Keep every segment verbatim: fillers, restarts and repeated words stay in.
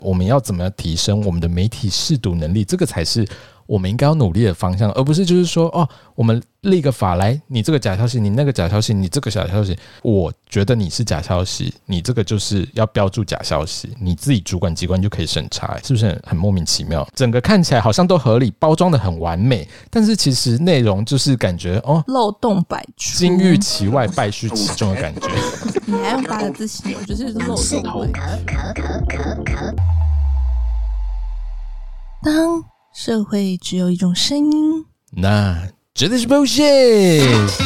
我们要怎么样提升我们的媒体识读能力，这个才是我们应该要努力的方向，而不是就是说哦，我们立个法来，你这个假消息，你那个假消息，你这个假消息，我觉得你是假消息，你这个就是要标注假消息，你自己主管机关就可以审查，是不是 很, 很莫名其妙？整个看起来好像都合理，包装的很完美，但是其实内容就是感觉哦， 漏洞百出， 金玉其外，败絮其中的感觉。 你还用八个字形容，就是漏洞百出。当社会只有一种声音， 那绝对是 bullshit。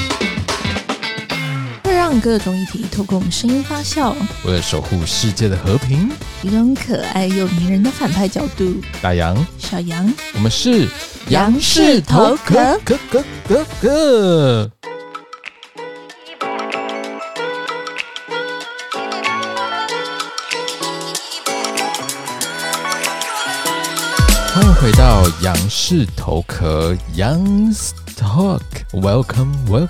会让各种议题透过我们声音发酵， 为了守护世界的和平， 提供可爱又迷人的反派角度。 大杨、 小杨， 我们是杨氏头壳， 壳壳壳壳。欢迎回到杨氏头壳 Young's Talk，Welcome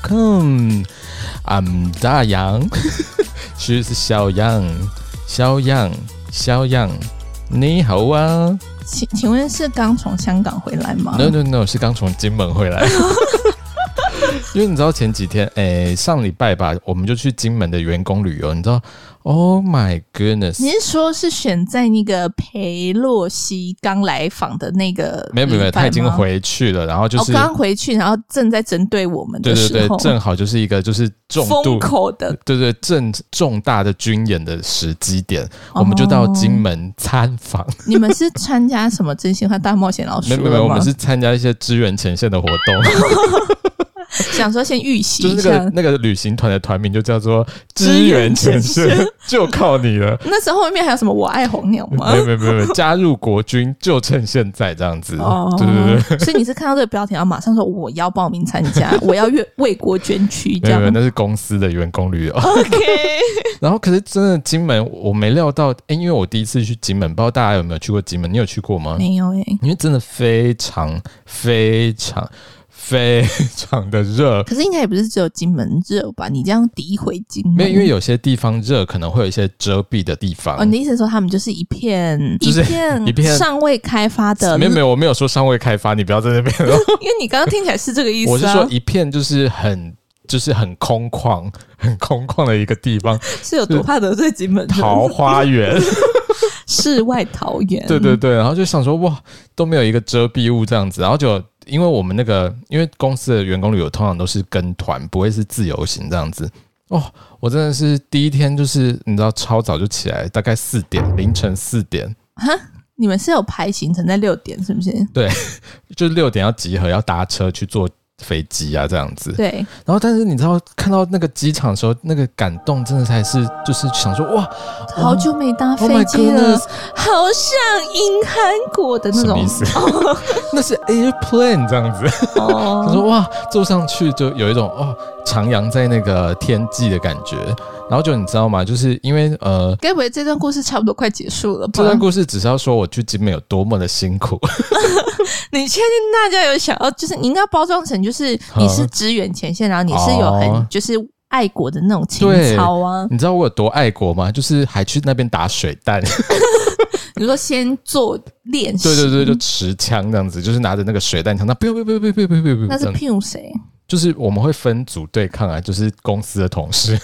Welcome，I'm 大杨，She是小杨，小杨小杨，你好啊， 请请问是刚从香港回来吗 ？No No No， 是刚从金门回来。因为你知道前几天，诶，上礼拜吧，我们就去金门的员工旅游，你知道 ？Oh my goodness！ 你是说是选在那个裴洛西刚来访的那个？ 没有没有，他已经回去了，然后就是刚、哦、回去，然后正在针对我们的时候， 对对对，正好就是一个就是重度风口的， 对对，正重大的军演的时机点，哦、我们就到金门参访。 你们是参加什么真心话大冒险老师？ 没有没有，我们是参加一些支援前线的活动。 想说先预习一下， 就是那个那个旅行团的团名就叫做支援前线，就靠你了。 那时候后面还有什么我爱红鸟吗？ 没有没有没有，加入国军就趁现在这样子。 哦，对对对。所以你是看到这个标题，然后马上说我要报名参加，我要为国捐躯这样。 没有没有，那是公司的员工旅游。 OK。 然后可是真的金门，我没料到，欸、因为我第一次去金门，不知道大家有没有去过金门？你有去过吗？ 没有诶、欸， 因为真的非常非常。非常的热， 可是应该也不是只有金门热吧？你这样诋毁金门， 没有，因为有些地方热，可能会有一些遮蔽的地方。 哦，你的意思是说他们就是一片、 就是、 一片一片尚未开发的？ 没有没有，我没有说尚未开发，你不要在那边哦。 因为你刚刚听起来是这个意思、啊。 我是说一片就是很就是很空旷、很空旷的一个地方， 是有多怕得罪金门？ 桃花源。 世外桃源。 对对对，然后就想说哇，都没有一个遮蔽物这样子，然后就。因为我们那个，因为公司的员工旅游通常都是跟团，不会是自由行这样子。哦，我真的是第一天就是你知道超早就起来，大概四点，凌晨四点。 哈，你们是有排行程在六点是不是？ 对，就是六点要集合，要搭车去坐飞机啊这样子。 对， 然后但是你知道看到那个机场的时候，那个感动真的才是就是想说哇， 好久没搭飞机了， oh、好像英韩国的那种。 什么意思？哦、那是 airplane 这样子。哦，他说哇，坐上去就有一种哦，徜徉在那个天际的感觉。然后就你知道吗？就是因为呃， 该不会这段故事差不多快结束了吧？ 这段故事只是要说我去金门有多么的辛苦。 你确定大家有想要？就是你应该包装成就是你是支援前线，然后你是有很就是爱国的那种情操啊。 你知道我有多爱国吗？就是还去那边打水弹。 比如说先做练习， 对对对，就持枪这样子，就是拿着那个水弹枪，那不用不用不用不用不用不用， 那是骗谁？ 就是我们会分组对抗啊，就是公司的同事。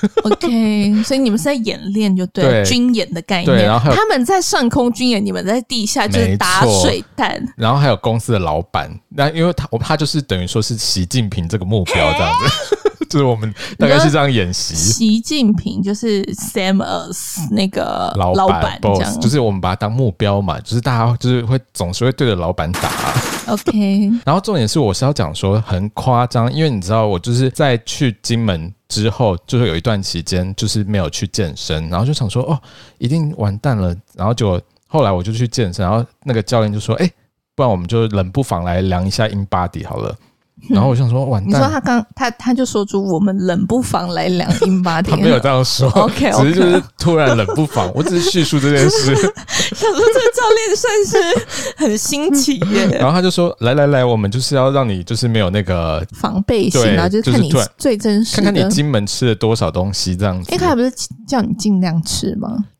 OK， 所以你们是在演练就对了，对军演的概念。 对，然后还有他们在上空军演，你们在地下就是打水弹。 然后还有公司的老板，那因为他他就是等于说是习近平这个目标这样子。就是我们大概是这样演习。 习近平就是 same as 那个老板， 老板这样 boss， 就是我们把它当目标嘛，就是大家就是会总是会对着老板打。 OK， 然后重点是我是要讲说很夸张，因为你知道我就是在去金门之后，就是有一段期间就是没有去健身，然后就想说哦，一定完蛋了，然后就后来我就去健身，然后那个教练就说，哎，不然我们就冷不防来量一下 in body 好了。然后我想说完蛋， 你说他刚他他就说出我们冷不防来量英巴天， 他没有这样说 ，OK， 只是就是突然冷不防，我只是叙述这件事。想说这个教练算是很新奇耶。 然后他就说来来来，我们就是要让你就是没有那个防备心，然后就是看你最真实的， 看看你金门吃了多少东西这样子。 因为他不是叫你尽量吃吗？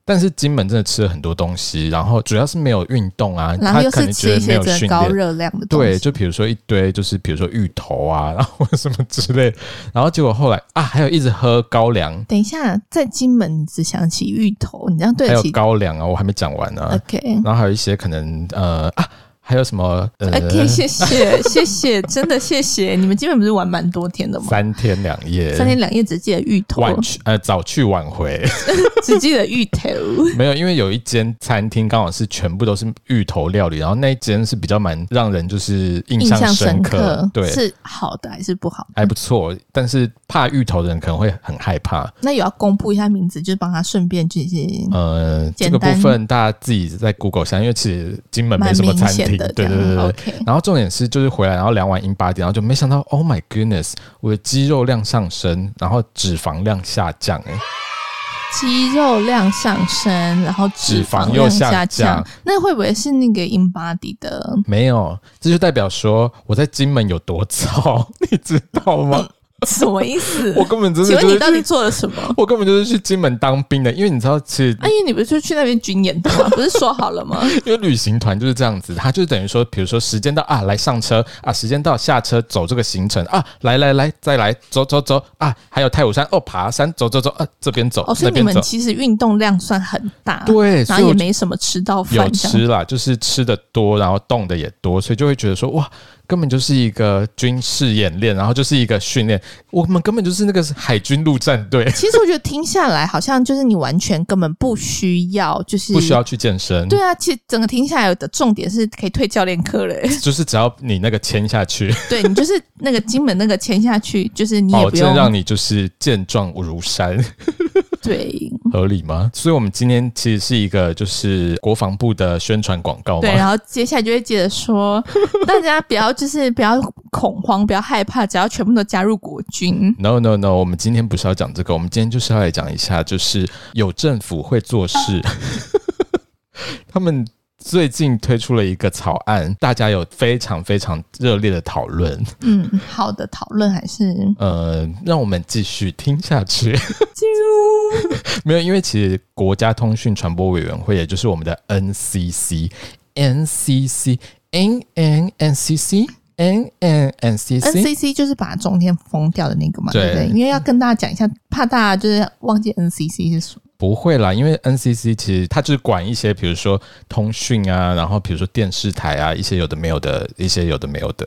但是金门真的吃了很多东西，然后主要是没有运动啊， 然后又是吃一些真的高热量的东西， 对，就比如说一堆就是比如说芋头啊，然后什么之类，然后结果后来啊还有一直喝高粱。 等一下，在金门你只想起芋头，你这样对得起？ 还有高粱啊，我还没讲完呢、啊。 OK， 然后还有一些可能呃啊。还有什么、呃、 ？OK， 谢谢谢谢，真的谢谢你们。基本不是玩蛮多天的吗？ 三天两夜， 三天两夜只记得芋头， 晚去呃早去晚回， 只记得芋头。 没有，因为有一间餐厅刚好是全部都是芋头料理，然后那一间是比较蛮让人就是印象深刻， 印象深刻对， 是好的还是不好的？ 还不错，但是怕芋头的人可能会很害怕。 那有要公布一下名字，就是帮他顺便就是呃，这个部分大家自己在 Google 下，因为其实金门没什么餐厅。对对对对， okay. 然后重点是就是回来，然后量完 InBody， 然后就没想到 ，Oh my goodness， 我的肌肉量上升，然后脂肪量下降、欸，哎， 肌肉量上升，然后脂肪量下降，下降那会不会是那个 InBody 的？ 没有，这就代表说我在金门有多糙，你知道吗？ 什么意思？ 我根本真的、就是， 请问你到底做了什么？ 我根本就是去金门当兵的，因为你知道，其实， 啊，因为你不是去那边军演的吗？不是说好了吗？ 因为旅行团就是这样子，他就等于说，比如说时间到啊，来上车啊，时间到下车走这个行程啊，来来来，再来走走走啊，还有太武山哦，爬山走走走啊，这边走， 哦，所以你们其实运动量算很大， 对， 然后也没什么吃到饭， 有吃啦，就是吃的多，然后动的也多，所以就会觉得说哇。根本就是一个军事演练，然后就是一个训练，我们根本就是那个海军陆战队。 其实我觉得听下来，好像就是你完全根本不需要，就是不需要去健身。 对啊，其实整个听下来的重点是可以退教练课嘞， 就是只要你那个签下去， 对你就是那个金门那个签下去，就是你也不用保证让你就是健壮如山。 对， 合理吗？所以我们今天其实是一个就是国防部的宣传广告嘛。 对，然后接下来就会接着说，大家不要就是不要恐慌，不要害怕，只要全部都加入国军。 No No No， 我们今天不是要讲这个，我们今天就是要来讲一下，就是有政府会做事，他们。最近推出了一个草案，大家有非常非常热烈的讨论。 嗯，好的讨论还是呃，让我们继续听下去。没有，因为其实国家通讯传播委员会，也就是我们的 N C C、N C C、N N N C C。N N N C C N C C 就是把中天封掉的那个嘛， 对, 对不对？因为要跟大家讲一下，怕大家就是忘记 N C C 是什么。 不会啦，因为 N C C 其实它就是管一些，比如说通讯啊，然后比如说电视台啊，一些有的没有的，一些有的没有的。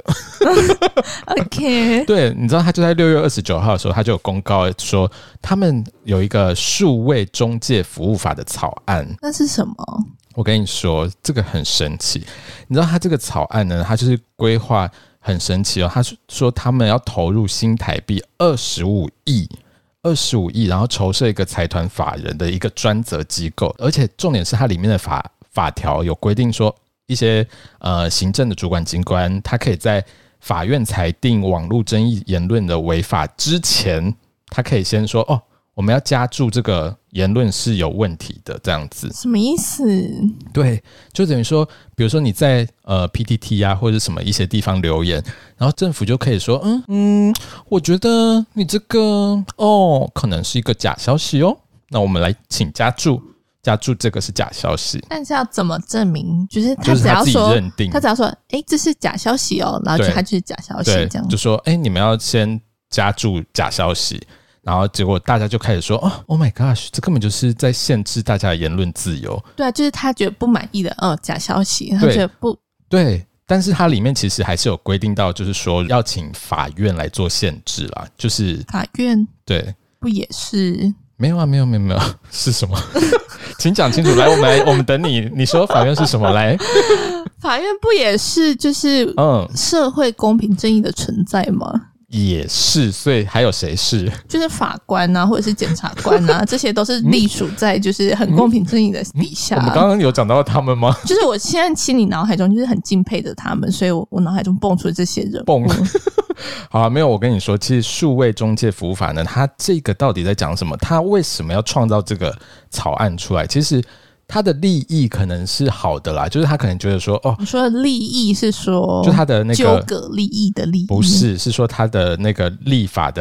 OK， 对，你知道他就在六月二十九号的时候，他就有公告说，他们有一个数位中介服务法的草案。 那是什么？ 我跟你说，这个很神奇。你知道他这个草案呢，他就是规划很神奇哦。他说他们要投入新台币二十五亿。二十五亿，然后筹设一个财团法人的一个专责机构，而且重点是它里面的法法条有规定说，一些呃行政的主管机关，他可以在法院裁定网络争议言论的违法之前，他可以先说哦，我们要加注这个言论是有问题的，这样子。 什么意思？ 对，就等于说，比如说你在呃 P T T 啊或者什么一些地方留言，然后政府就可以说，嗯嗯，我觉得你这个哦可能是一个假消息哦，那我们来请加注，加注这个是假消息。 但是要怎么证明？就是他只要说， 就是他自己认定， 他只要说，哎，这是假消息哦，然后就他就是假消息这样， 就说，哎，你们要先加注假消息。然后结果大家就开始说哦 ，Oh my gosh， 这根本就是在限制大家的言论自由。 对啊，就是他觉得不满意的，哦，假消息，他觉得不对，但是它里面其实还是有规定到，就是说要请法院来做限制啦，就是法院对， 不也是没有啊，没有没有没有是什么？请讲清楚，来，我们来，我们等你，你说法院是什么？来， 法院不也是就是嗯社会公平正义的存在吗？ 也是，所以还有谁是？就是法官啊，或者是检察官啊，这些都是隶属在就是很公平正义的底下。 嗯嗯、我们刚刚有讲到他们吗？ 就是我现在心里脑海中就是很敬佩的他们，所以我我脑海中蹦出这些人。 蹦，好啊，没有，我跟你说，其实数位中介服务法呢，它这个到底在讲什么？它为什么要创造这个草案出来？其实。他的利益可能是好的啦，就是他可能觉得说，哦， 你说的利益是说， 就他的那个纠葛利益的利益， 不是，是说他的那个立法的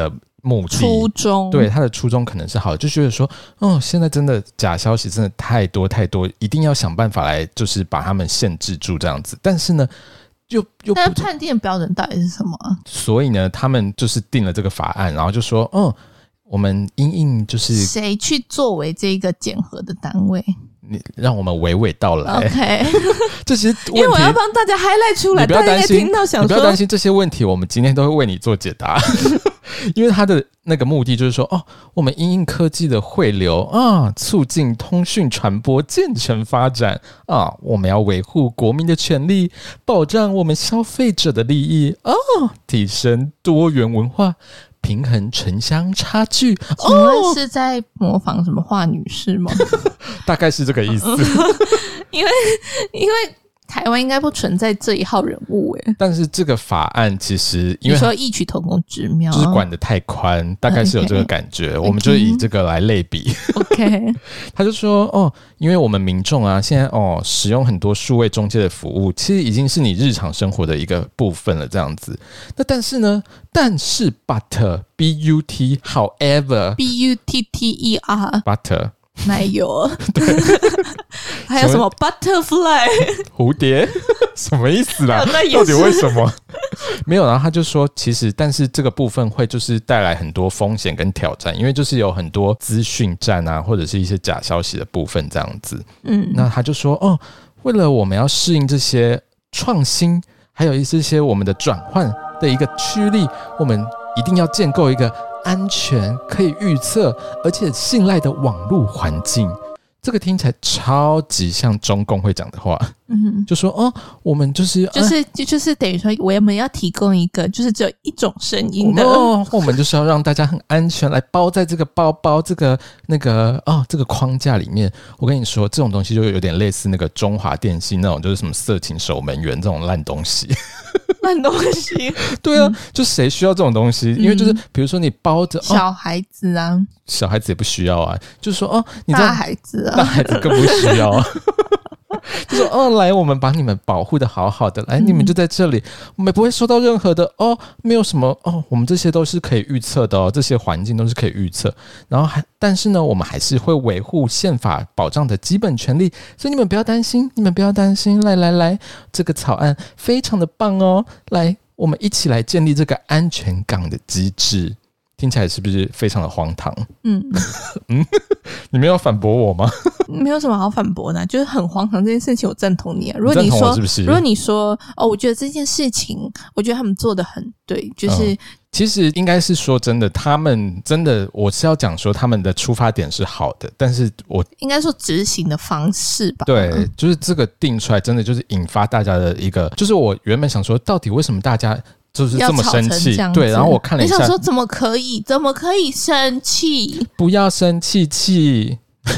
目的初衷， 对他的初衷可能是好的，就觉得说，哦，现在真的假消息真的太多太多，一定要想办法来就是把他们限制住这样子。但是呢，又又但判定的标准到底是什么？ 所以呢，他们就是定了这个法案，然后就说，哦，我们因应就是谁去作为这个检核的单位？ 你让我们娓娓道来。 OK， 这些问题， 因为我要帮大家 highlight 出来， 你不要担心， 听到想说你不要担心这些问题，我们今天都会为你做解答。因为他的那个目的就是说，哦，我们因应科技的汇流啊，促进通讯传播健全发展啊，我们要维护国民的权利，保障我们消费者的利益啊，提升多元文化。平衡城乡差距， 请问是在模仿什么华女士吗？ 大概是这个意思。 因为因为台湾应该不存在这一号人物诶， 但是这个法案其实因为你说异曲同工之妙， 就是管得太宽，大概是有这个感觉。Okay. 我们就以这个来类比。 OK， 他就说哦，因为我们民众啊，现在哦使用很多数位中介的服务，其实已经是你日常生活的一个部分了，这样子。那但是呢，但是 but b u t however b u t t e r but 奶油，还有什么 butterfly 蝴蝶，什么意思啦？到底为什么？没有，然后他就说，其实但是这个部分会就是带来很多风险跟挑战，因为就是有很多资讯战啊，或者是一些假消息的部分这样子。嗯，那他就说，哦，为了我们要适应这些创新，还有一些我们的转换的一个趋力，我们一定要建构一个安全、可以预测而且信赖的网络环境。这个听起来超级像中共会讲的话，嗯，就说哦，我们就是就是、啊、就是等于说，我们要提供一个就是只有一种声音的， 哦，我们就是要让大家很安全，来包在这个包包这个那个哦这个框架里面。我跟你说，这种东西就有点类似那个中华电信那种，就是什么色情守门员这种烂东西。 烂东西， 对啊，嗯、就谁需要这种东西？因为就是比如说你包着、哦、 小孩子啊， 小孩子也不需要啊，就是说哦，你大孩子啊， 大孩子更不需要啊。就说哦，来，我们把你们保护的好好的，来，你们就在这里，我们不会收到任何的哦，没有什么哦，我们这些都是可以预测的哦，这些环境都是可以预测，然后还但是呢，我们还是会维护宪法保障的基本权利，所以你们不要担心，你们不要担心，来来来，这个草案非常的棒哦，来，我们一起来建立这个安全港的机制。听起来是不是非常的荒唐？嗯嗯，你没有反驳我吗？ 没有什么好反驳的，就是很荒唐这件事情，我赞同你啊。如果你说， 是不是？ 如果你说哦，我觉得这件事情，我觉得他们做得很对，就是、嗯、 其实应该是说真的，他们真的，我是要讲说他们的出发点是好的，但是我应该说执行的方式吧。 对，就是这个定出来，真的就是引发大家的一个，就是我原本想说，到底为什么大家就是这么生气？对，然后我看了一下， 你想说怎么可以？怎么可以生气？ 不要生气气！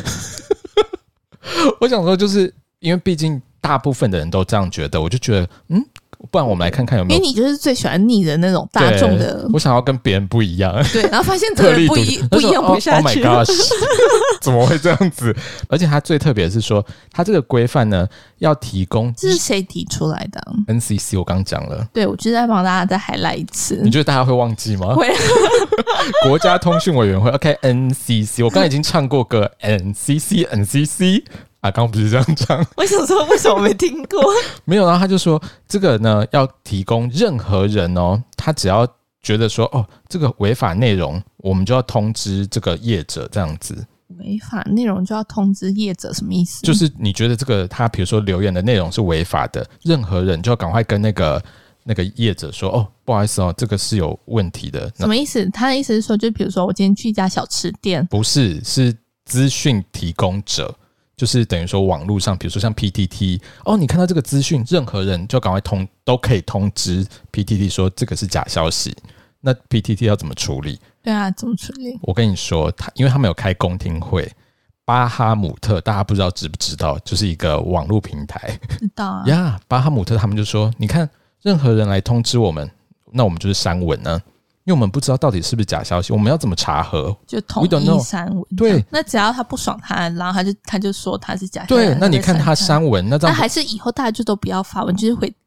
我想说，就是因为毕竟大部分的人都这样觉得，我就觉得，嗯，不然我们来看看有没有。 因为你就是最喜欢逆的那种大众的， 我想要跟别人不一样。 对，然后发现这个人不一不一样不下去。 Oh my gosh！ 怎么会这样子？而且他最特别的是说，他这个规范呢要提供， 这是谁提出来的 ？N C C， 我刚讲了。 对，我就是在帮大家再highlight一次。 你觉得大家会忘记吗？ 会。 国家通讯委员会 ，OK，N C C， 我刚才已经唱过歌 ，N C C，N C C。啊，刚刚不是这样讲？ 为什么说为什么没听过？ 没有，然后他就说这个呢，要提供任何人哦，他只要觉得说哦，这个违法内容，我们就要通知这个业者，这样子。 违法内容就要通知业者，什么意思？ 就是你觉得这个他比如说留言的内容是违法的，任何人就要赶快跟那个那个业者说哦，不好意思哦，这个是有问题的。 什么意思？他的意思是说，就比如说我今天去一家小吃店， 不是，是资讯提供者。就是等于说网络上比如说像 P T T 哦，你看到这个资讯，任何人就赶快通都可以通知 P T T 说这个是假消息。那 P T T 要怎么处理？ 对啊，怎么处理？ 我跟你说，他因为他们有开公听会，巴哈姆特大家不知道知不知道，就是一个网络平台。 知道啊呀， yeah, 巴哈姆特他们就说，你看任何人来通知我们，那我们就是删文呢。因为我们不知道到底是不是假消息，我们要怎么查核？ 就统一删文。 对， 那只要他不爽他，然后他就他就说他是假消息。 对，那你看他删文，那这样那还是以后大家就都不要发文，就是回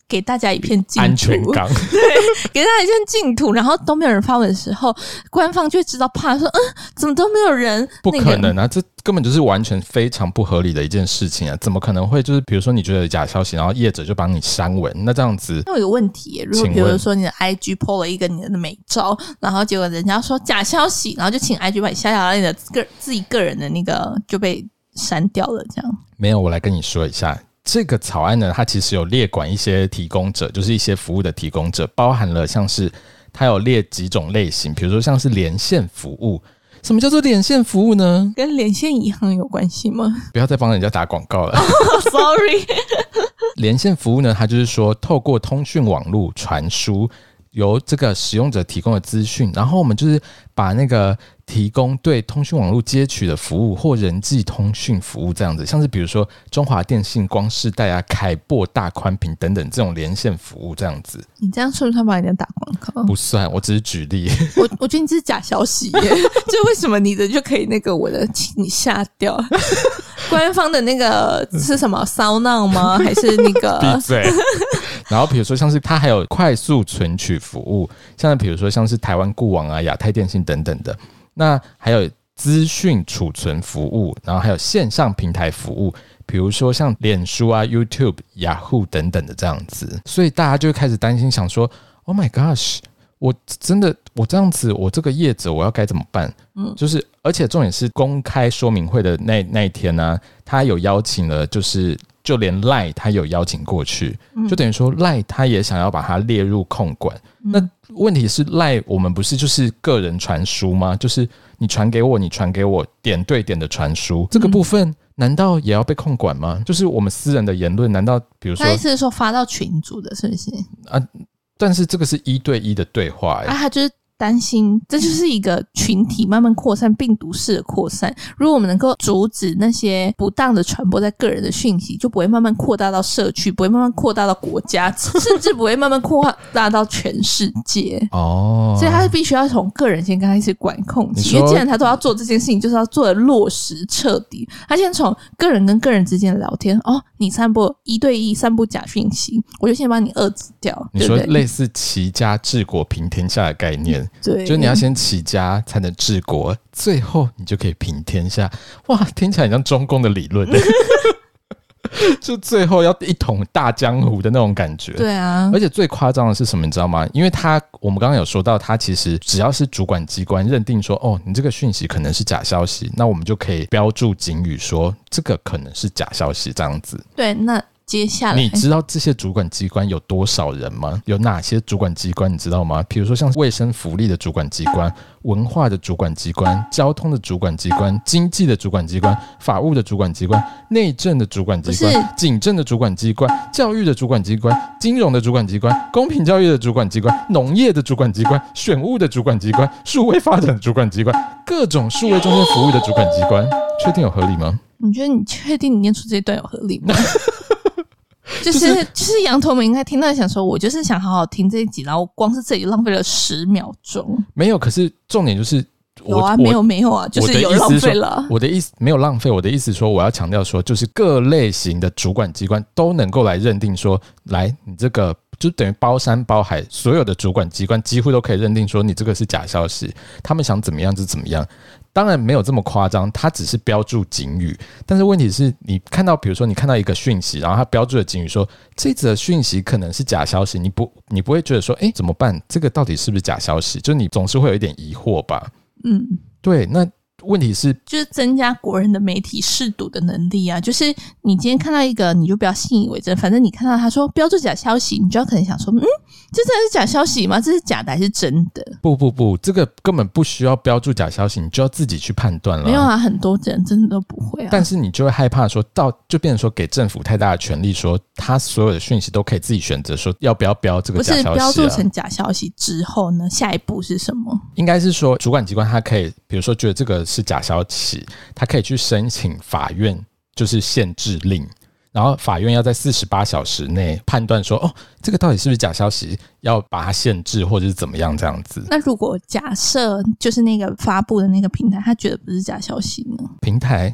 给大家一片净土， 安全港， 对，给大家一片净土，然后都没有人发文的时候，官方就会知道怕说，嗯，怎么都没有人？ 不可能啊，这根本就是完全非常不合理的一件事情啊！怎么可能会就是比如说你觉得有假消息，然后业者就帮你删文，那这样子， 那有个问题耶，如果比如说你的 I G po 了一个你的美照，然后结果人家说假消息，然后就请 I G 把你下下来，你的个自己个人的那个就被删掉了，这样没有？我来跟你说一下。这个草案呢，它其实有列管一些提供者，就是一些服务的提供者，包含了像是它有列几种类型，比如说像是连线服务。什么叫做连线服务呢？ 跟连线银行有关系吗？ 不要再帮人家打广告了。 oh, Sorry 连线服务呢，它就是说透过通讯网络传输由这个使用者提供的资讯，然后我们就是把那个提供对通讯网络接取的服务或人际通讯服务这样子，像是比如说中华电信、光世代啊、凯擘、大宽屏等等这种连线服务这样子。 你这样是不是他帮人家打广告？ 不算，我只是举例。 我我觉得你这是假消息耶，就为什么你的就可以那个我的请你下掉？官方的那个是什么骚浪吗？还是那个？ 闭嘴。然后比如说像是它还有快速存取服务，像比如说像是台湾固网啊、亚太电信等等的。那还有资讯储存服务，然后还有线上平台服务，比如说像脸书啊、YouTube、雅虎等等的这样子。所以大家就会开始担心，想说 Oh my gosh， 我真的我这样子，我这个业者我要该怎么办？嗯，就是而且重点是公开说明会的那那一天呢、啊，他有邀请了，就是就连 LINE 他有邀请过去，就等于说 LINE 他也想要把它列入控管。嗯、那问题是 LINE 我们不是就是个人传输吗？就是你传给我，你传给我，点对点的传输，这个部分难道也要被控管吗？就是我们私人的言论，难道比如说， 他意思是说发到群组的，是不是？ 啊，但是这个是一对一的对话、欸， 啊，他就是担心这就是一个群体慢慢扩散，病毒式的扩散。如果我们能够阻止那些不当的传播在个人的讯息，就不会慢慢扩大到社区，不会慢慢扩大到国家，甚至不会慢慢扩大到全世界。哦，所以他是必须要从个人先开始管控起，因为既然他都要做这件事情，就是要做的落实彻底。他先从个人跟个人之间的聊天，哦，你散播一对一散布假讯息，我就先把你遏制掉。 你说类似齐家治国平天下的概念。 对， 就是你要先起家才能治国，最后你就可以平天下。哇，听起来很像中共的理论。就最后要一统大江湖的那种感觉。 对啊， 而且最夸张的是什么你知道吗？因为他我们刚刚有说到，他其实只要是主管机关认定说，哦，你这个讯息可能是假消息，那我们就可以标注警语说这个可能是假消息这样子。 对，那接下来你知道这些主管机关有多少人吗？有哪些主管机关你知道吗？比如说像卫生福利的主管机关、文化的主管机关、交通的主管机关、经济的主管机关、法务的主管机关、内政的主管机关、警政的主管机关、教育的主管机关、金融的主管机关、公平教育的主管机关、农业的主管机关、选务的主管机关、数位发展的主管机关、各种数位中心服务的主管机关。确定有合理吗？ 你觉得你确定你念出这一段有合理吗？就是就是羊驼们应该听到想说，我就是想好好听这一集，然后光是这里浪费了十秒钟。 没有，可是重点就是有啊，没有没有啊，就是有浪费了。 我的意思没有浪费，我的意思说我要强调说，就是各类型的主管机关都能够来认定说，来你这个就等于包山包海，所有的主管机关几乎都可以认定说你这个是假消息，他们想怎么样就怎么样。当然没有这么夸张，它只是标注警语，但是问题是你看到比如说你看到一个讯息，然后它标注的警语说这则讯息可能是假消息，你不你不会觉得说诶怎么办，这个到底是不是假消息，就你总是会有一点疑惑吧。嗯，对，那问题是就是增加国人的媒体识读的能力啊，就是你今天看到一个你就不要信以为真，反正你看到他说标注假消息，你就要可能想说嗯这真的是假消息吗？这是假的还是真的？不不不，这个根本不需要标注假消息，你就要自己去判断了。 没有啊，很多人真的都不会啊。 但是你就会害怕说到就变成说给政府太大的权力，说他所有的讯息都可以自己选择说要不要标这个假消息、啊、 不是标注成假消息之后呢，下一步是什么？ 应该是说主管机关他可以比如说觉得这个是假消息，他可以去申请法院就是限制令，然后法院要在四十八小时内判断说哦这个到底是不是假消息，要把它限制或者是怎么样这样子。 那如果假设就是那个发布的那个平台他觉得不是假消息呢？ 平台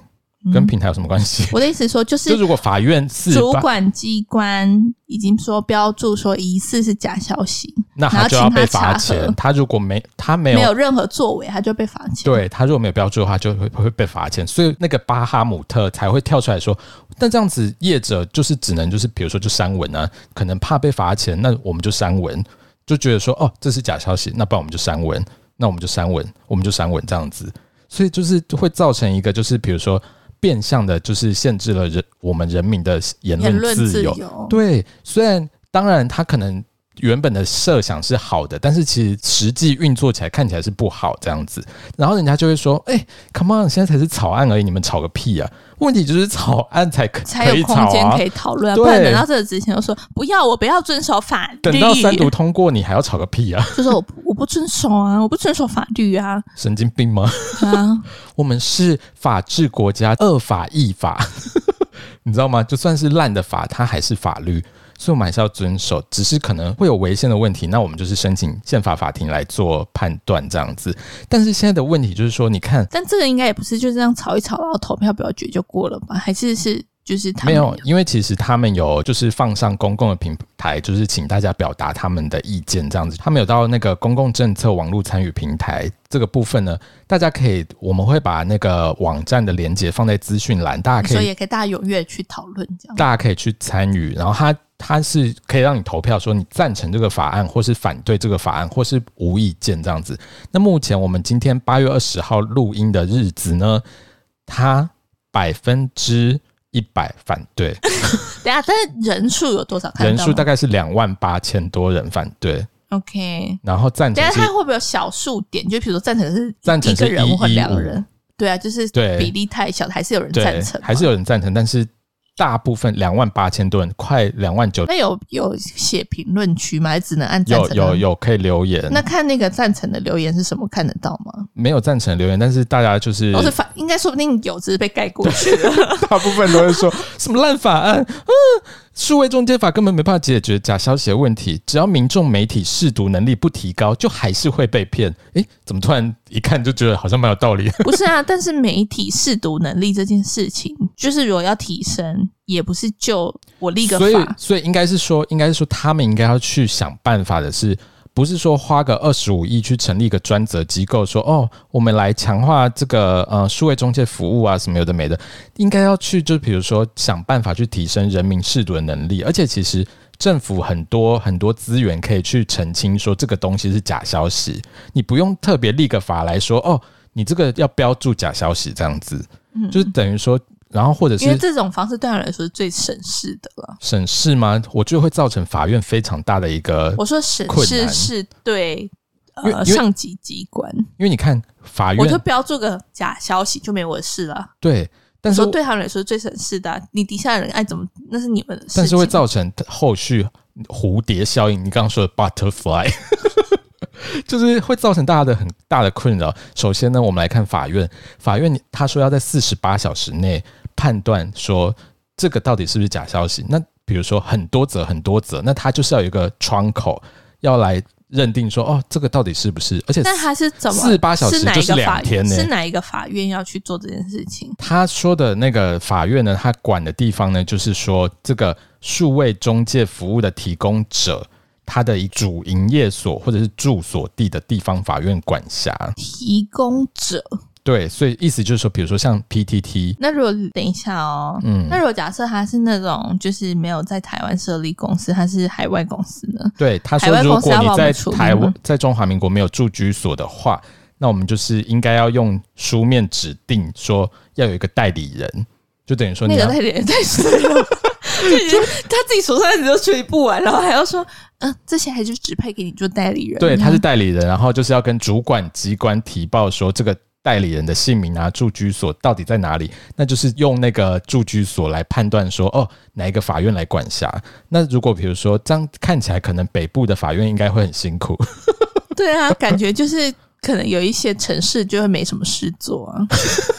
跟平台有什么关系？ 我的意思说就是就如果法院是主管机关已经说标注说疑似是假消息， 那他就要被罚钱。他如果没他没有没有任何作为，他就被罚钱。 对，他如果没有标注的话，就会会被罚钱。所以那个巴哈姆特才会跳出来说，那这样子业者就是只能就是比如说就删文啊，可能怕被罚钱，那我们就删文，就觉得说哦这是假消息，那不然我们就删文，那我们就删文，我们就删文这样子。所以就是会造成一个就是比如说变相的就是限制了人我们人民的言论自由。 自由对，虽然当然他可能原本的设想是好的，但是其实实际运作起来看起来是不好这样子。然后人家就会说哎、欸、come on 现在才是草案而已，你们吵个屁啊，问题就是草案才可才有空间可以讨论、啊、不然等到这个之前就说不要我不要遵守法律， 等到三读通过你还要吵个屁啊， 就说 我, 我不遵守啊，我不遵守法律啊， 神经病吗？ 啊， 我们是法治国家，恶法亦法你知道吗？就算是烂的法它还是法律，所以我们还是要遵守，只是可能会有违宪的问题，那我们就是申请宪法法庭来做判断这样子。但是现在的问题就是说你看， 但这个应该也不是就这样吵一吵然后投票表决就过了吧，还是是就是他们没有，因为其实他们有就是放上公共的平台，就是请大家表达他们的意见这样子。他们有到那个公共政策网络参与平台这个部分呢，大家可以我们会把那个网站的连结放在资讯栏，大家可以， 所以也可以大家踊跃去讨论这样， 大家可以去参与。然后它它是可以让你投票说你赞成这个法案，或是反对这个法案，或是无意见这样子。那目前我们今天八月二十号录音的日子呢，它百分之一百反对。 等一下，但是人数有多少看到？ 人数大概是两万八千多人反对。 OK， 然后赞成是， 等一下他会不会有小数点？就比如说赞成是赞成是一个人或两个人，对啊，就是对比例太小，还是有人赞成， 还是有人赞成，但是大部分两万八千多人，快两万九。 那有有写评论区吗？还是只能按赞成？ 有有有可以留言。 那看那个赞成的留言是什么？看得到吗？ 没有赞成的留言，但是大家就是， 都是反，应该说不定有，只是被盖过去了。 大部分都会说什么烂法案，嗯，数位中介法根本没办法解决假消息的问题，只要民众媒体识读能力不提高，就还是会被骗。诶，怎么突然一看就觉得好像蛮有道理？ 不是啊，但是媒体识读能力这件事情，就是如果要提升，也不是就我立个法， 所以所以应该是说，应该是说他们应该要去想办法的是。不是说花个二十五亿去成立一个专责机构说哦我们来强化这个呃数位中介服务啊什么有的没的，应该要去就比如说想办法去提升人民识读的能力。而且其实政府很多很多资源可以去澄清说这个东西是假消息，你不用特别立个法来说哦你这个要标注假消息这样子，嗯，就是等于说然后或者是因为这种方式对他来说是最省事的了。 省事吗？我觉得会造成法院非常大的一个困难。 我说省事是对呃上级机关， 因为你看法院， 我就标注个假消息就没我的事了。 对，但是我说对他们来说是最省事的、啊，你底下的人爱怎么那是你们的事情。 但是会造成后续蝴蝶效应，你刚刚说的 butterfly。就是会造成大家的很大的困扰。首先呢，我们来看法院，法院他说要在四十八小时内判断说这个到底是不是假消息。那比如说很多则很多则，那他就是要有一个窗口要来认定说哦，这个到底是不是？而且但他是怎么四十八小时就是两天呢？ 是哪一个法院要去做这件事情？ 他说的那个法院呢，他管的地方呢，就是说这个数位中介服务的提供者。他的主营业所或者是住所地的地方法院管辖。 提供者， 对，所以意思就是说，比如说像 P T T， 那如果等一下哦，嗯，那如果假设他是那种就是没有在台湾设立公司，他是海外公司呢？ 对，他说如果你在台湾在中华民国没有住居所的话，那我们就是应该要用书面指定说要有一个代理人，就等于说你那个代理人太衰了。就他自己手上的都处理不完，然后还要说，嗯、呃，这些还是指派给你做代理人。 对，他是代理人，然后就是要跟主管机关提报说这个代理人的姓名啊、住居所到底在哪里，那就是用那个住居所来判断说，哦，哪一个法院来管辖。那如果比如说这样看起来，可能北部的法院应该会很辛苦。对啊，感觉就是可能有一些城市就会没什么事做啊。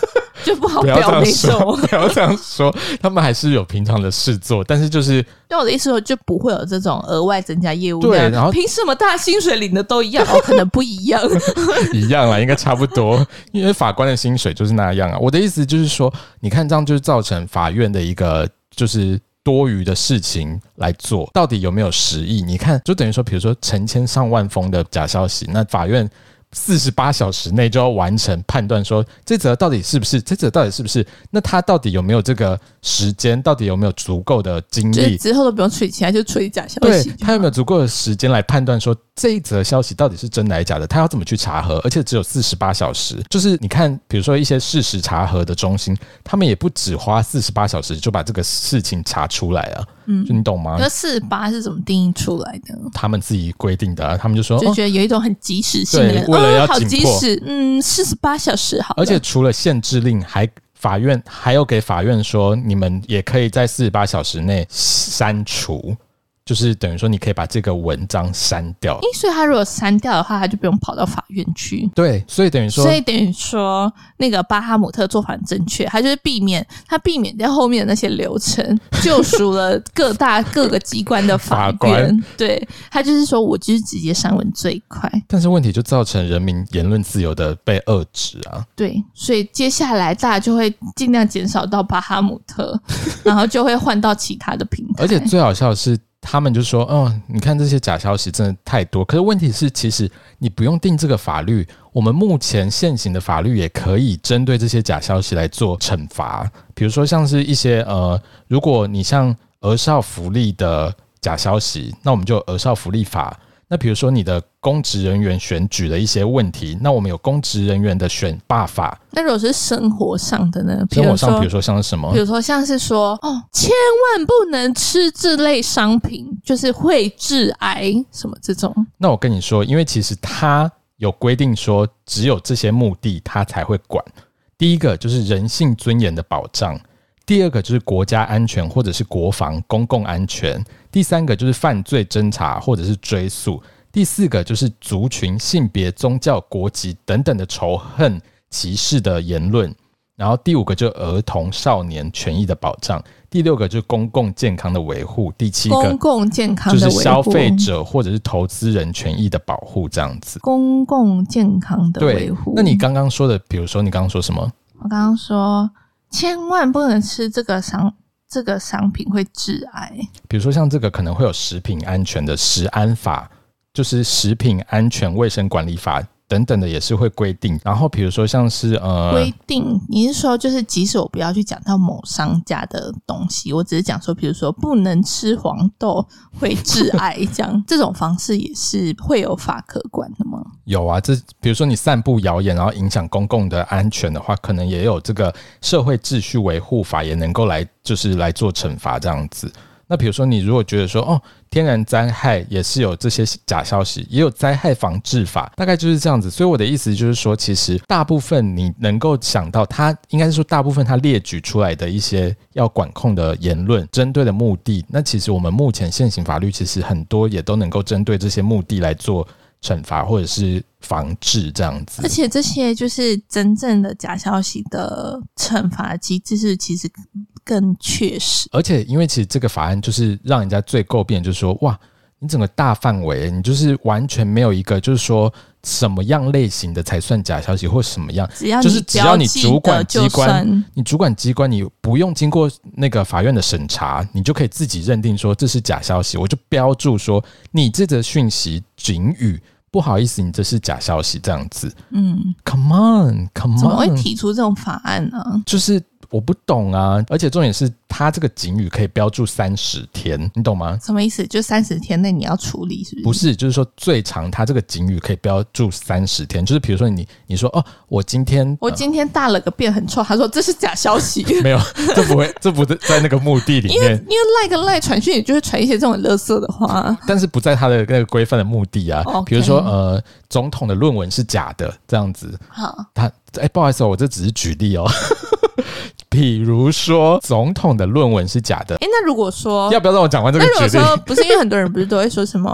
就不好不要这样那种说，不要这样说，他们还是有平常的事做，但是就是对我的意思说，就不会有这种额外增加业务对， 量。 然后凭什么大家薪水领的都一样？哦，可能不一样， 一样啦，应该差不多，因为法官的薪水就是那样啊。我的意思就是说，你看这样就是造成法院的一个就是多余的事情来做，到底有没有实意？你看，就等于说，比如说成千上万封的假消息，那法院四十八小时内就要完成判断，说这则到底是不是，这则到底是不是？那他到底有没有这个时间？到底有没有足够的精力？ 之后都不用处理其他，就处理假消息。 对，他有没有足够的时间来判断说这一则消息到底是真的还是假的？他要怎么去查核？而且只有四十八小时。就是你看，比如说一些事实查核的中心，他们也不只花四十八小时就把这个事情查出来啊。嗯，就你懂吗？ 那四十八是怎么定义出来的？ 他们自己规定的、啊，他们就说就觉得有一种很及时性的人， 为了要紧迫， 哦、好及时，嗯，四十八小时好了。 而且除了限制令，还法院还有给法院说，你们也可以在四十八小时内删除。就是等于说，你可以把这个文章删掉。 所以他如果删掉的话，他就不用跑到法院去。 对，所以等于说， 所以等于说，那个巴哈姆特做法很正确，他就是避免他避免掉后面的那些流程，救赎了各大各个机关的法院。法官对，他就是说我就是直接删文最快。 但是问题就造成人民言论自由的被遏制啊。 对，所以接下来大家就会尽量减少到巴哈姆特，然后就会换到其他的平台。 而且最好笑的是，他们就说哦，你看这些假消息真的太多。可是问题是，其实你不用定这个法律，我们目前现行的法律也可以针对这些假消息来做惩罚。比如说像是一些呃，如果你像儿少福利的假消息，那我们就有儿少福利法。那比如说你的公职人员选举的一些问题，那我们有公职人员的选罢法。 那如果是生活上的呢？ 生活上比如说像是什么？ 比如说像是说哦，千万不能吃这类商品，就是会致癌什么这种。 那我跟你说，因为其实它有规定说，只有这些目的它才会管。第一个就是人性尊严的保障，第二个就是国家安全或者是国防公共安全，第三个就是犯罪侦查或者是追诉，第四个就是族群、性别、宗教、国籍等等的仇恨歧视的言论，然后第五个就是儿童少年权益的保障，第六个就是公共健康的维护，第七个公共健康的维护就是消费者或者是投资人权益的保护，这样子。 公共健康的维护。 那你刚刚说的，比如说你刚刚说什么？ 我刚刚说千万不能吃这个商这个商品会致癌。 比如说像这个可能会有食品安全的食安法，就是食品安全卫生管理法等等的也是会规定。然后比如说像是呃规定，你是说就是即使我不要去讲到某商家的东西，我只是讲说比如说不能吃黄豆会致癌这样这种方式也是会有法可管的吗？ 有啊，这比如说你散布谣言然后影响公共的安全的话，可能也有这个社会秩序维护法也能够来就是来做惩罚这样子。那比如说你如果觉得说哦，天然灾害也是有这些假消息，也有灾害防治法，大概就是这样子。所以我的意思就是说，其实大部分你能够想到它应该是说大部分它列举出来的一些要管控的言论针对的目的，那其实我们目前现行法律其实很多也都能够针对这些目的来做惩罚或者是防治这样子。 而且这些就是真正的假消息的惩罚机制是其实更确实。 而且因为其实这个法案就是让人家最诟病就是说，哇，你整个大范围你就是完全没有一个就是说什么样类型的才算假消息或什么样， 只要就是只要你主管机关你主管机关你不用经过那个法院的审查，你就可以自己认定说这是假消息，我就标注说你这则讯息警语不好意思，你这是假消息这样子。嗯 ，Come on, Come on， 怎么会提出这种法案呢？ 就是我不懂啊，而且重点是它这个警语可以标注三十天，你懂吗？ 什么意思？就三十天内你要处理，是不是？ 不是，就是说最长它这个警语可以标注三十天，就是比如说你你说哦，我今天我今天大了个便很臭，他说这是假消息， 没有，这不会，这不在那个目的里面，因为因为赖个赖传讯，也就会传一些这种垃圾的话， 但是不在他的那个规范的目的啊。 Okay. 比如说呃，总统的论文是假的这样子， 好， 他哎，不好意思、哦，我这只是举例哦。比如说总统的论文是假的， 哎，那如果说要不要让我讲完这个举例？ 那如果说不是因为很多人不是都会说什么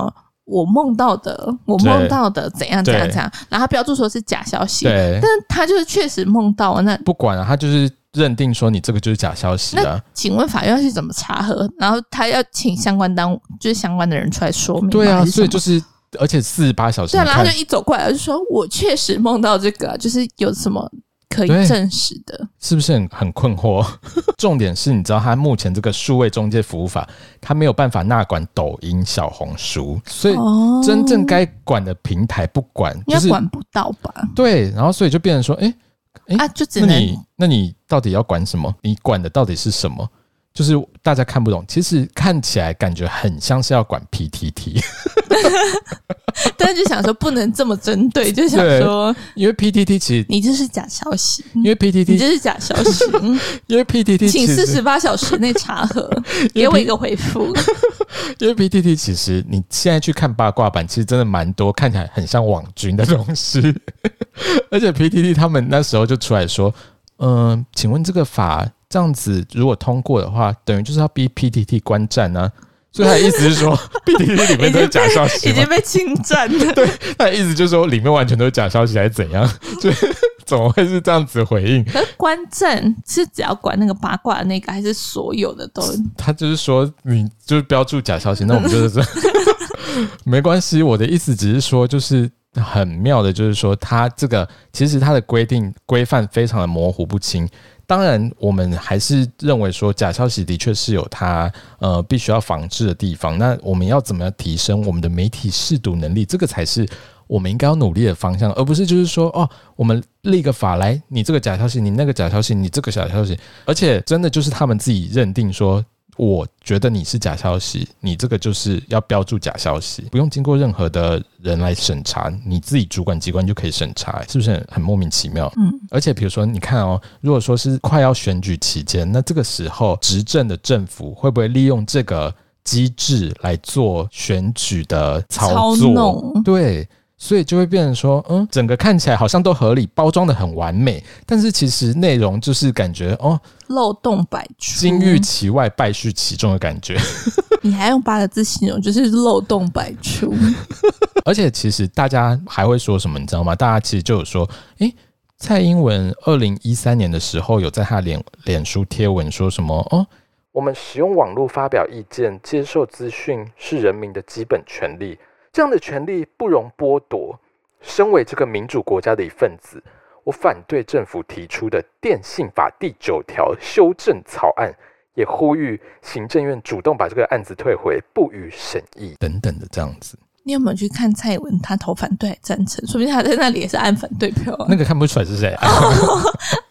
我梦到的，我梦到的怎样怎样怎样，然后他标注说是假消息， 对， 但是他就是确实梦到了，那不管了、啊，他就是认定说你这个就是假消息啊。 那请问法院要去怎么查核？然后他要请相关单就是相关的人出来说明吗？ 对啊，所以就是而且四十八小时， 对啊，然后他就一走过来就说我确实梦到这个、啊，就是有什么可以证实的， 是不是 很, 很困惑？重点是你知道他目前这个数位中介服务法，他没有办法纳管抖音、小红书，所以真正该管的平台不管， 应该管不到吧？ 对，然后所以就变成说，哎、欸、哎、 啊，就只能那你那你到底要管什么？你管的到底是什么？就是大家看不懂，其实看起来感觉很像是要管 P T T 但是就想说不能这么针对，就想说因为 P T T 其实你这是假消息， 因为 P T T 你这是假消息因为 P T T 请四十八小时内查核给我一个回复因为 P T T 其实你现在去看八卦版，其实真的蛮多看起来很像网军的东西而且 P T T 他们那时候就出来说嗯、呃，请问这个法这样子如果通过的话，等于就是要逼 P T T 关站啊，所以他的意思是说P T T 里面都是假消息， 已经被侵占了。 对，他的意思就是说里面完全都是假消息还是怎样，就怎么会是这样子回应？ 可是关站是只要管那个八卦的那个，还是所有的都？ 他就是说你就是标注假消息，那我们就是没关系。我的意思只是说，就是很妙的，就是说他这个其实他的规定规范非常的模糊不清。当然我们还是认为说假消息的确是有它呃必须要防治的地方，那我们要怎么样提升我们的媒体识读能力，这个才是我们应该要努力的方向，而不是就是说哦我们立个法来，你这个假消息你那个假消息你这个假消息，而且真的就是他们自己认定说我觉得你是假消息，你这个就是要标注假消息，不用经过任何的人来审查，你自己主管机关就可以审查，是不是 很, 很莫名其妙？嗯，而且比如说你看哦，如果说是快要选举期间，那这个时候执政的政府会不会利用这个机制来做选举的操作？操弄，对。所以就会变成说嗯，整个看起来好像都合理，包装的很完美，但是其实内容就是感觉哦， 漏洞百出， 金玉其外败絮其中的感觉你还用八个字形容，就是漏洞百出而且其实大家还会说什么你知道吗？大家其实就有说诶，蔡英文二零一三年的时候有在他脸脸书贴文说什么哦，我们使用网络发表意见接受资讯是人民的基本权利，这样的权利不容剥夺。身为这个民主国家的一份子，我反对政府提出的电信法第九条修正草案，也呼吁行政院主动把这个案子退回，不予审议等等的这样子。 你有没有去看蔡英文他投反对还赞成？说不定他在那里也是按反对票、啊、 那个看不出来是谁、啊 oh,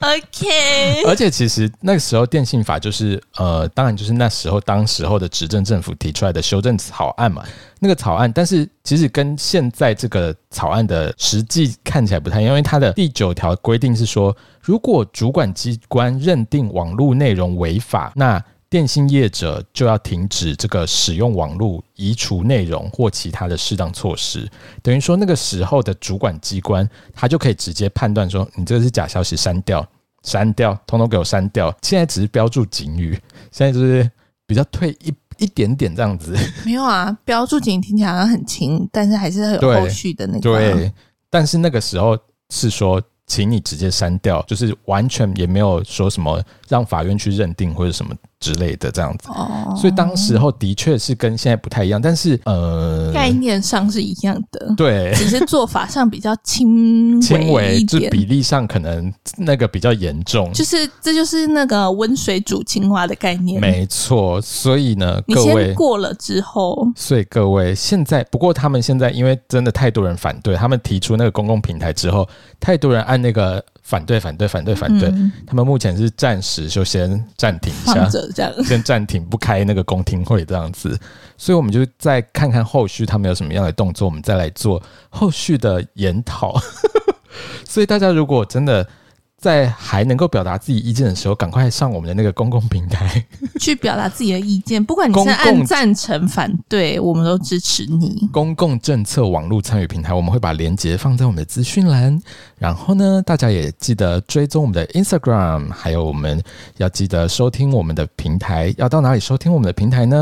OK 而且其实那个时候电信法就是呃，当然就是那时候当时候的执政政府提出来的修正草案嘛，那个草案但是其实跟现在这个草案的实际看起来不太一样，因为它的第九条规定是说，如果主管机关认定网络内容违法，那电信业者就要停止这个使用网络，移除内容或其他的适当措施。等于说那个时候的主管机关他就可以直接判断说你这个是假消息，删掉删掉通通给我删掉。现在只是标注警语，现在就是比较退一一点点这样子。 没有啊，标注警语听起来好像很轻，但是还是有后续的那个、 啊、对，但是那个时候是说请你直接删掉，就是完全也没有说什么让法院去认定或者什么之类的这样子、哦、所以当时候的确是跟现在不太一样，但是呃， 概念上是一样的， 对， 只是做法上比较轻轻微一点， 就比例上可能那个比较严重， 就是这就是那个温水煮青蛙的概念， 没错。所以呢， 你各位先过了之后， 所以各位现在，不过他们现在因为真的太多人反对，他们提出那个公共平台之后，太多人按那个反对反对反对反对、嗯、他们目前是暂时就先暂停一下， 放着这样， 先暂停不开那个公听会这样子，所以我们就再看看后续他们有什么样的动作，我们再来做后续的研讨所以大家如果真的在还能够表达自己意见的时候，赶快上我们的那个公共平台去表达自己的意见，不管你是按赞成反对，我们都支持你。 公共政策网络参与平台，我们会把连结放在我们的资讯栏，然后呢大家也记得追踪我们的 Instagram， 还有我们要记得收听我们的平台。要到哪里收听我们的平台呢？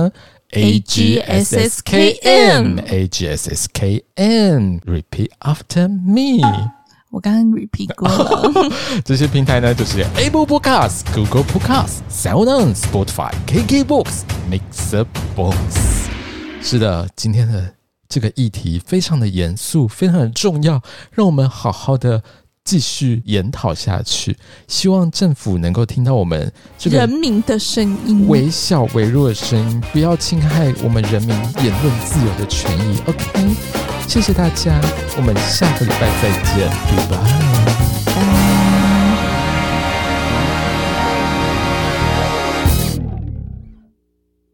A G S S K M A G S S K M Repeat after me。 我刚刚 repeat 过了。 这些平台呢，就是 Apple Podcast、Google Podcast、SoundOn、Spotify、K K Box、Mixer Box。是的，今天的这个议题非常的严肃，非常的重要，让我们好好的继续研讨下去。希望政府能够听到我们这个人民的声音， 微小微弱的声音，不要侵害我们人民言论自由的权益。OK， 谢谢大家，我们下个礼拜再见，拜拜。